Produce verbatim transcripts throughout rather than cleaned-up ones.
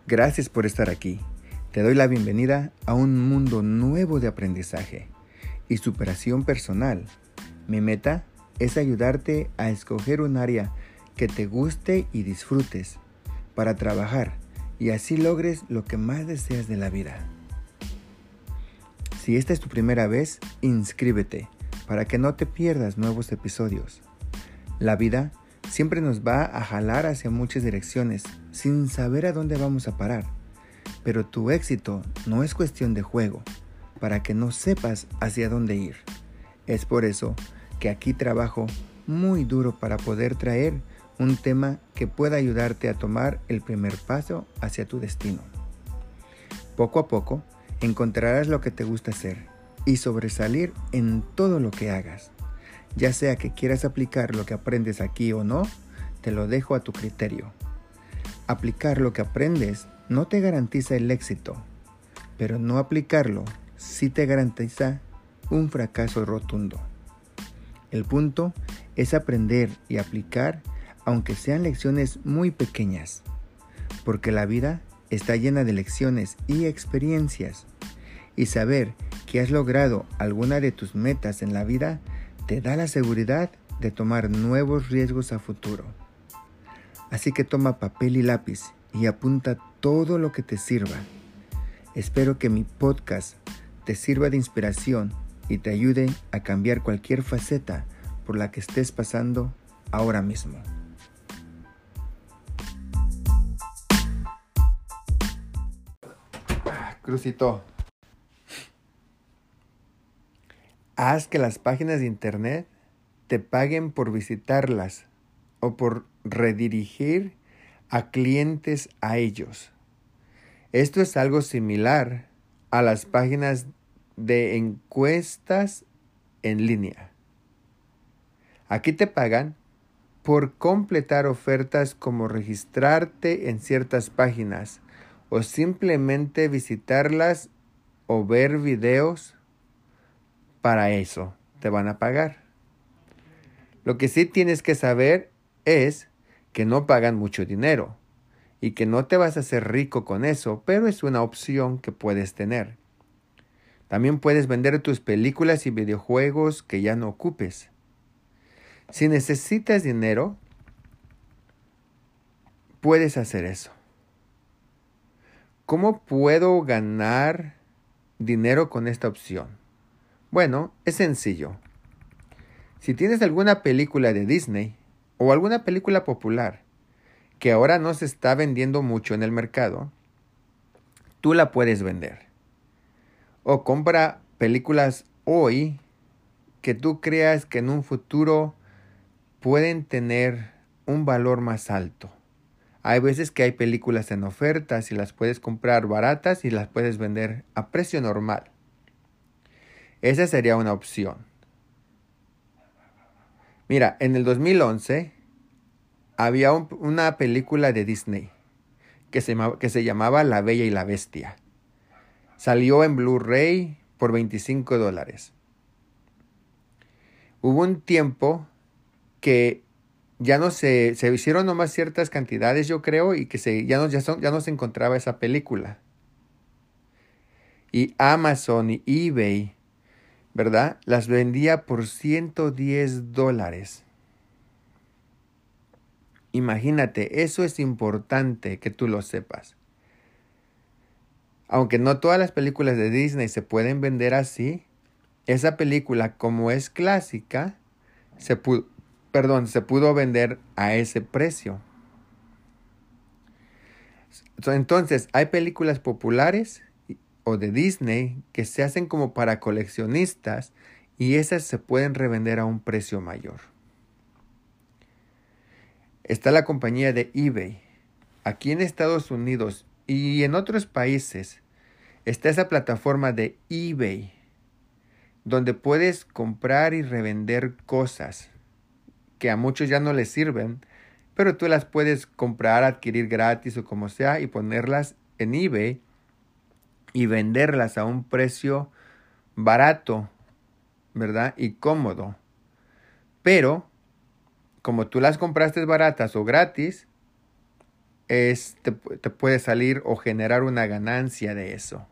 Gracias por estar aquí. Te doy la bienvenida a un mundo nuevo de aprendizaje y superación personal. Mi meta es ayudarte a escoger un área que te guste y disfrutes para trabajar y así logres lo que más deseas de la vida. Si esta es tu primera vez, inscríbete para que no te pierdas nuevos episodios. La vida siempre nos va a jalar hacia muchas direcciones sin saber a dónde vamos a parar. Pero tu éxito no es cuestión de juego, para que no sepas hacia dónde ir. Es por eso que aquí trabajo muy duro para poder traer un tema que pueda ayudarte a tomar el primer paso hacia tu destino. Poco a poco encontrarás lo que te gusta hacer y sobresalir en todo lo que hagas. Ya sea que quieras aplicar lo que aprendes aquí o no, te lo dejo a tu criterio. Aplicar lo que aprendes no te garantiza el éxito, pero no aplicarlo sí te garantiza un fracaso rotundo. El punto es aprender y aplicar aunque sean lecciones muy pequeñas, porque la vida está llena de lecciones y experiencias, y saber que has logrado alguna de tus metas en la vida te da la seguridad de tomar nuevos riesgos a futuro. Así que toma papel y lápiz y apunta todo lo que te sirva. Espero que mi podcast te sirva de inspiración y te ayude a cambiar cualquier faceta por la que estés pasando ahora mismo. Crucito. Haz que las páginas de internet te paguen por visitarlas o por redirigir a clientes a ellos. Esto es algo similar a las páginas de encuestas en línea. Aquí te pagan por completar ofertas como registrarte en ciertas páginas o simplemente visitarlas o ver videos. Para eso te van a pagar. Lo que sí tienes que saber es que no pagan mucho dinero y que no te vas a hacer rico con eso, pero es una opción que puedes tener. También puedes vender tus películas y videojuegos que ya no ocupes. Si necesitas dinero, puedes hacer eso. ¿Cómo puedo ganar dinero con esta opción? Bueno, es sencillo. Si tienes alguna película de Disney o alguna película popular que ahora no se está vendiendo mucho en el mercado, tú la puedes vender. O compra películas hoy que tú creas que en un futuro pueden tener un valor más alto. Hay veces que hay películas en ofertas y las puedes comprar baratas y las puedes vender a precio normal. Esa sería una opción. Mira, en el dos mil once había un, una película de Disney que se, que se llamaba La Bella y la Bestia. Salió en Blu-ray por veinticinco dólares. Hubo un tiempo que ya no se, se hicieron nomás ciertas cantidades, yo creo, y que se, ya, no, ya, son, ya no se encontraba esa película. Y Amazon y eBay, ¿verdad? Las vendía por ciento diez dólares. Imagínate, eso es importante que tú lo sepas. Aunque no todas las películas de Disney se pueden vender así, esa película, como es clásica, se pudo, perdón, se pudo vender a ese precio. Entonces, hay películas populares o de Disney que se hacen como para coleccionistas y esas se pueden revender a un precio mayor. Está la compañía de eBay. Aquí en Estados Unidos y en otros países está esa plataforma de eBay donde puedes comprar y revender cosas que a muchos ya no les sirven, pero tú las puedes comprar, adquirir gratis o como sea y ponerlas en eBay y venderlas a un precio barato, ¿verdad? Y cómodo. Pero, como tú las compraste baratas o gratis, es, te, te puede salir o generar una ganancia de eso.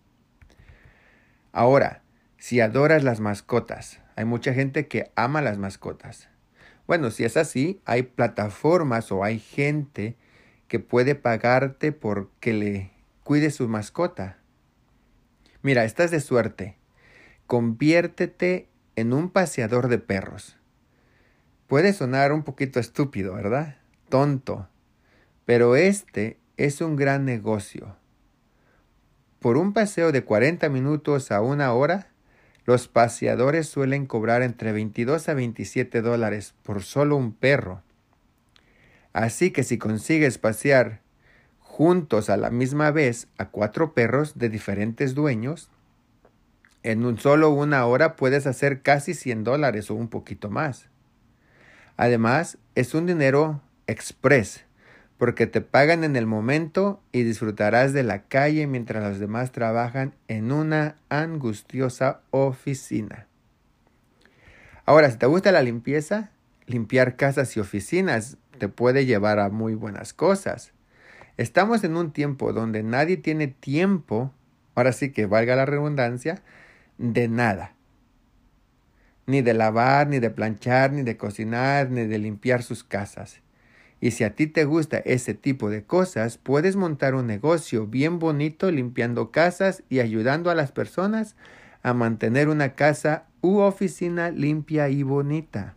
Ahora, si adoras las mascotas, hay mucha gente que ama las mascotas. Bueno, si es así, hay plataformas o hay gente que puede pagarte por que le cuide su mascota. Mira, estás de suerte. Conviértete en un paseador de perros. Puede sonar un poquito estúpido, ¿verdad? Tonto. Pero este es un gran negocio. Por un paseo de cuarenta minutos a una hora, los paseadores suelen cobrar entre veintidós a veintisiete dólares por solo un perro. Así que si consigues pasear juntos a la misma vez a cuatro perros de diferentes dueños, en un solo una hora puedes hacer casi cien dólares o un poquito más. Además, es un dinero express, porque te pagan en el momento y disfrutarás de la calle mientras los demás trabajan en una angustiosa oficina. Ahora, si te gusta la limpieza, limpiar casas y oficinas te puede llevar a muy buenas cosas. Estamos en un tiempo donde nadie tiene tiempo, ahora sí que valga la redundancia, de nada. Ni de lavar, ni de planchar, ni de cocinar, ni de limpiar sus casas. Y si a ti te gusta ese tipo de cosas, puedes montar un negocio bien bonito limpiando casas y ayudando a las personas a mantener una casa u oficina limpia y bonita.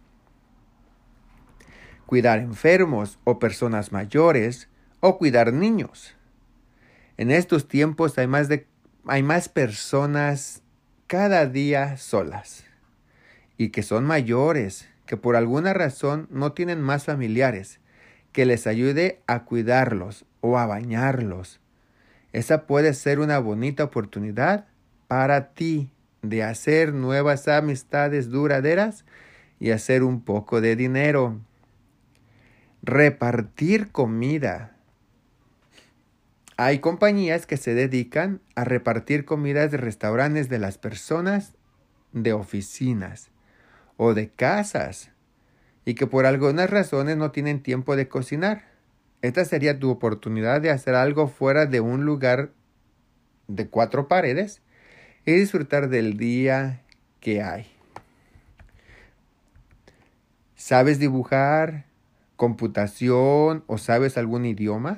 Cuidar enfermos o personas mayores o cuidar niños. En estos tiempos hay más, de, hay más personas cada día solas y que son mayores, que por alguna razón no tienen más familiares que les ayude a cuidarlos o a bañarlos. Esa puede ser una bonita oportunidad para ti de hacer nuevas amistades duraderas y hacer un poco de dinero. Repartir comida. Hay compañías que se dedican a repartir comidas de restaurantes de las personas, de oficinas o de casas, y que por algunas razones no tienen tiempo de cocinar. Esta sería tu oportunidad de hacer algo fuera de un lugar de cuatro paredes y disfrutar del día que hay. ¿Sabes dibujar, computación o sabes algún idioma?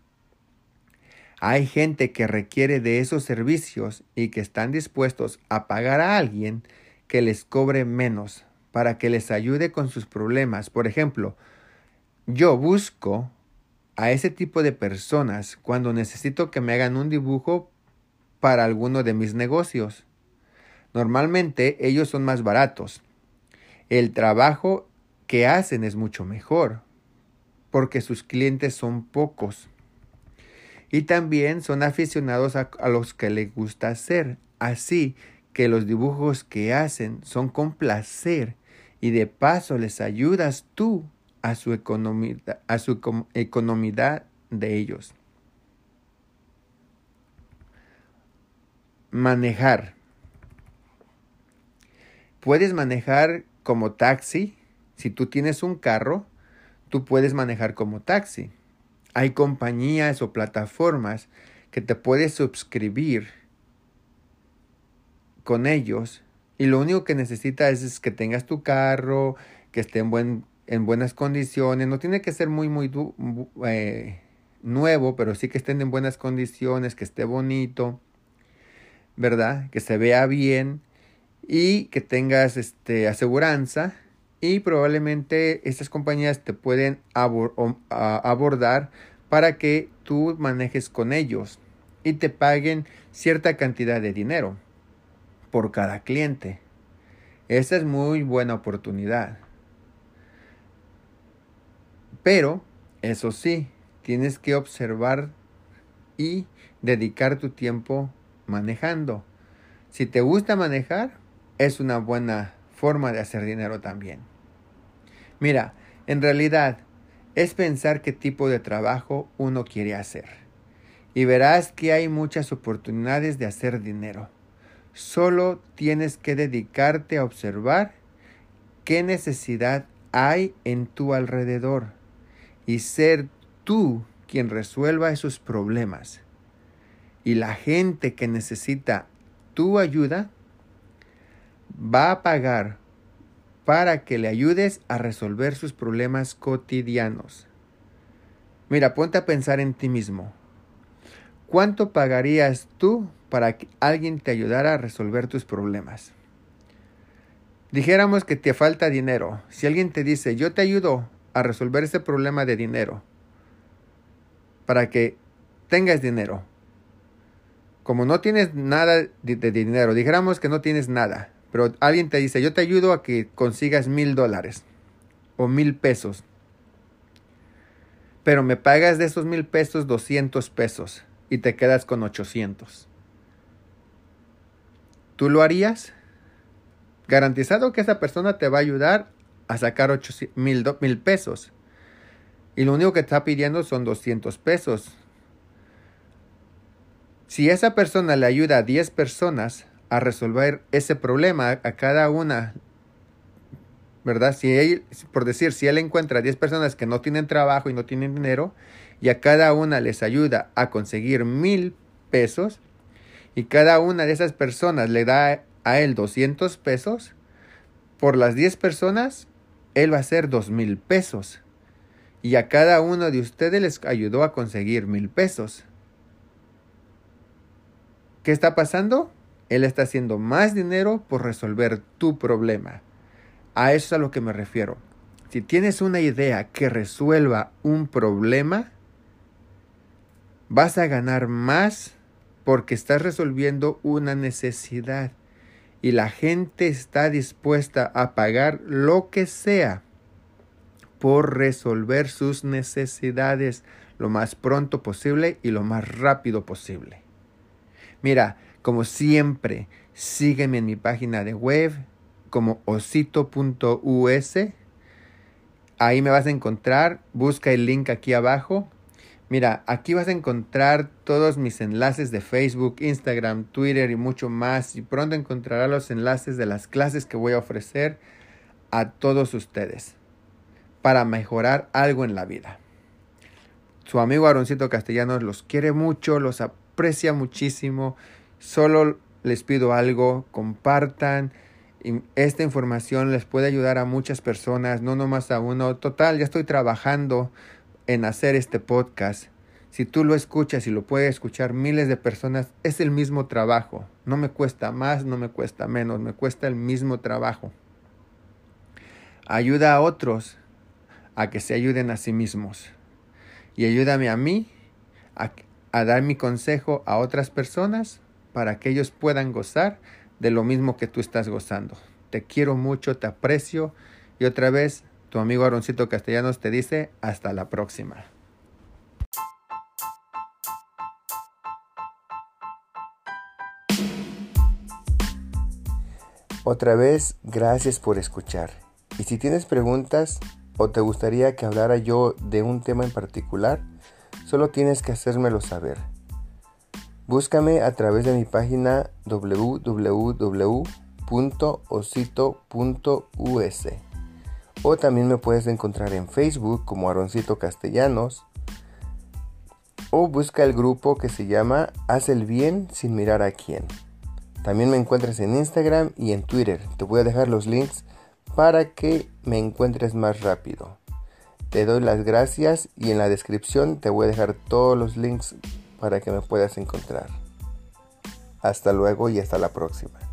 Hay gente que requiere de esos servicios y que están dispuestos a pagar a alguien que les cobre menos para que les ayude con sus problemas. Por ejemplo, yo busco a ese tipo de personas cuando necesito que me hagan un dibujo para alguno de mis negocios. Normalmente ellos son más baratos. El trabajo que hacen es mucho mejor porque sus clientes son pocos. Y también son aficionados a, a los que les gusta hacer. Así que los dibujos que hacen son con placer y de paso les ayudas tú a su economía, a su economía de ellos. Manejar. Puedes manejar como taxi. Si tú tienes un carro, tú puedes manejar como taxi. Hay compañías o plataformas que te puedes suscribir con ellos y lo único que necesitas es que tengas tu carro, que esté en, buen, en buenas condiciones. No tiene que ser muy, muy eh, nuevo, pero sí que estén en buenas condiciones, que esté bonito, ¿verdad? Que se vea bien y que tengas este, aseguranza. Y probablemente estas compañías te pueden abor- abordar para que tú manejes con ellos y te paguen cierta cantidad de dinero por cada cliente. Esa es muy buena oportunidad. Pero, eso sí, tienes que observar y dedicar tu tiempo manejando. Si te gusta manejar, es una buena forma de hacer dinero también. Mira, en realidad es pensar qué tipo de trabajo uno quiere hacer. Y verás que hay muchas oportunidades de hacer dinero. Solo tienes que dedicarte a observar qué necesidad hay en tu alrededor y ser tú quien resuelva esos problemas. Y la gente que necesita tu ayuda va a pagar para que le ayudes a resolver sus problemas cotidianos. Mira, ponte a pensar en ti mismo. ¿Cuánto pagarías tú para que alguien te ayudara a resolver tus problemas? Dijéramos que te falta dinero. Si alguien te dice, yo te ayudo a resolver ese problema de dinero, para que tengas dinero. Como no tienes nada de, de dinero, dijéramos que no tienes nada, pero alguien te dice, yo te ayudo a que consigas mil dólares o mil pesos. Pero me pagas de esos mil pesos doscientos pesos y te quedas con ochocientos. ¿Tú lo harías? Garantizado que esa persona te va a ayudar a sacar mil pesos. Y lo único que está pidiendo son doscientos pesos. Si esa persona le ayuda a diez personas a resolver ese problema, a cada una, ¿verdad? Si él, por decir, si él encuentra diez personas que no tienen trabajo y no tienen dinero, y a cada una les ayuda a conseguir mil pesos, y cada una de esas personas le da a él doscientos pesos, por las diez personas, él va a hacer dos mil pesos. Y a cada uno de ustedes les ayudó a conseguir mil pesos. ¿Qué está pasando? Él está haciendo más dinero por resolver tu problema. A eso es a lo que me refiero. Si tienes una idea que resuelva un problema, vas a ganar más porque estás resolviendo una necesidad. Y la gente está dispuesta a pagar lo que sea por resolver sus necesidades lo más pronto posible y lo más rápido posible. Mira, como siempre, sígueme en mi página de web como osito punto u s. Ahí me vas a encontrar, busca el link aquí abajo. Mira, aquí vas a encontrar todos mis enlaces de Facebook, Instagram, Twitter y mucho más. Y pronto encontrarás los enlaces de las clases que voy a ofrecer a todos ustedes para mejorar algo en la vida. Su amigo Aaroncito Castellanos los quiere mucho, los aprecia muchísimo. Solo les pido algo, compartan. Esta información les puede ayudar a muchas personas, no nomás a uno. Total, ya estoy trabajando en hacer este podcast. Si tú lo escuchas y lo puede escuchar miles de personas, es el mismo trabajo. No me cuesta más, no me cuesta menos, me cuesta el mismo trabajo. Ayuda a otros a que se ayuden a sí mismos. Y ayúdame a mí a, a dar mi consejo a otras personas para que ellos puedan gozar de lo mismo que tú estás gozando. Te quiero mucho, te aprecio. Y otra vez, tu amigo Aaroncito Castellanos te dice hasta la próxima. Otra vez, gracias por escuchar. Y si tienes preguntas o te gustaría que hablara yo de un tema en particular, solo tienes que hacérmelo saber. Búscame a través de mi página doble u doble u doble u punto osito punto u s. O también me puedes encontrar en Facebook como Aaroncito Castellanos. O busca el grupo que se llama Haz el bien sin mirar a quién. También me encuentras en Instagram y en Twitter. Te voy a dejar los links para que me encuentres más rápido. Te doy las gracias y en la descripción te voy a dejar todos los links para que me puedas encontrar. Hasta luego y hasta la próxima.